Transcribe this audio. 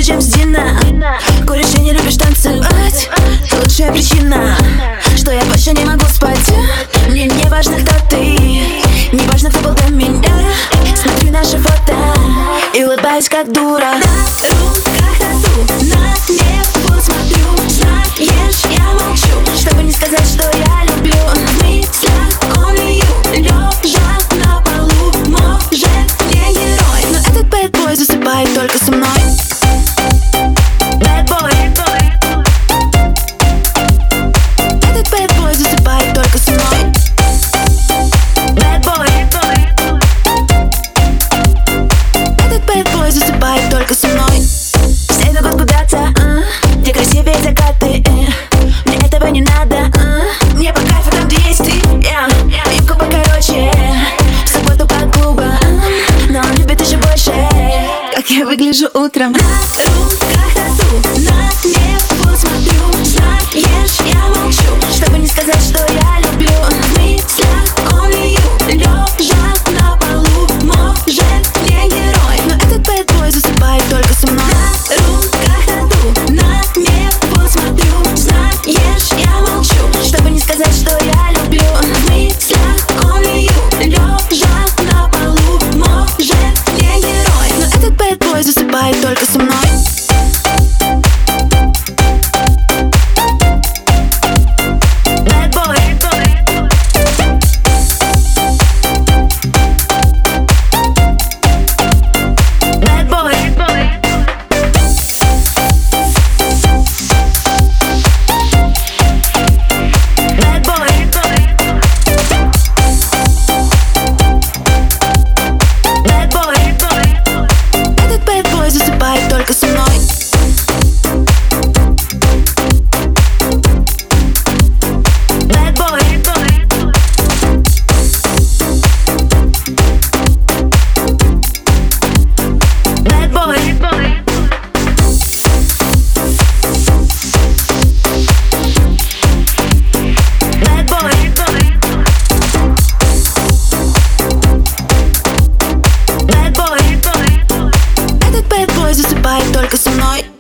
чем Дина. Куришь и не любишь танцевать. Лучшая причина, что я больше не могу спать. Мне не важно, кто ты, не важно, кто был до меня. Смотрю наши фото и улыбаюсь, как дура. На руках тату, на небо смотрю. Знаешь, я молчу, чтобы не сказать, что я люблю. В мыслях комию, лежа на полу. Может, не герой, но этот bad boy засыпает только со мной. Bad boy. Этот bad boy засыпает только со мной. Bad boy. Этот bad boy засыпает только со мной. Все бегут куда-то, где красивее закаты. Мне этого не надо, мне по кайфу там, где есть ты. Юбка покороче, в субботу по клубам, но он любит еще больше, как я выгляжу утром. На руках тату, на небо смотрю. Знаешь, я молчу, чтобы не сказать, что я люблю. В мыслях комию, лежа на полу. Может, не герой, но этот bad boy засыпает только со мной. На руках тату, на небо смотрю. Знаешь, я молчу, чтобы не сказать, что я люблю. В мыслях комию, лежа на полу. Может, не герой, но этот bad boy засыпает только со мной. Засыпает только со мной. Bad boy. Bad boy. Bad boy. Bad boy. Bad boy засыпает только со мной.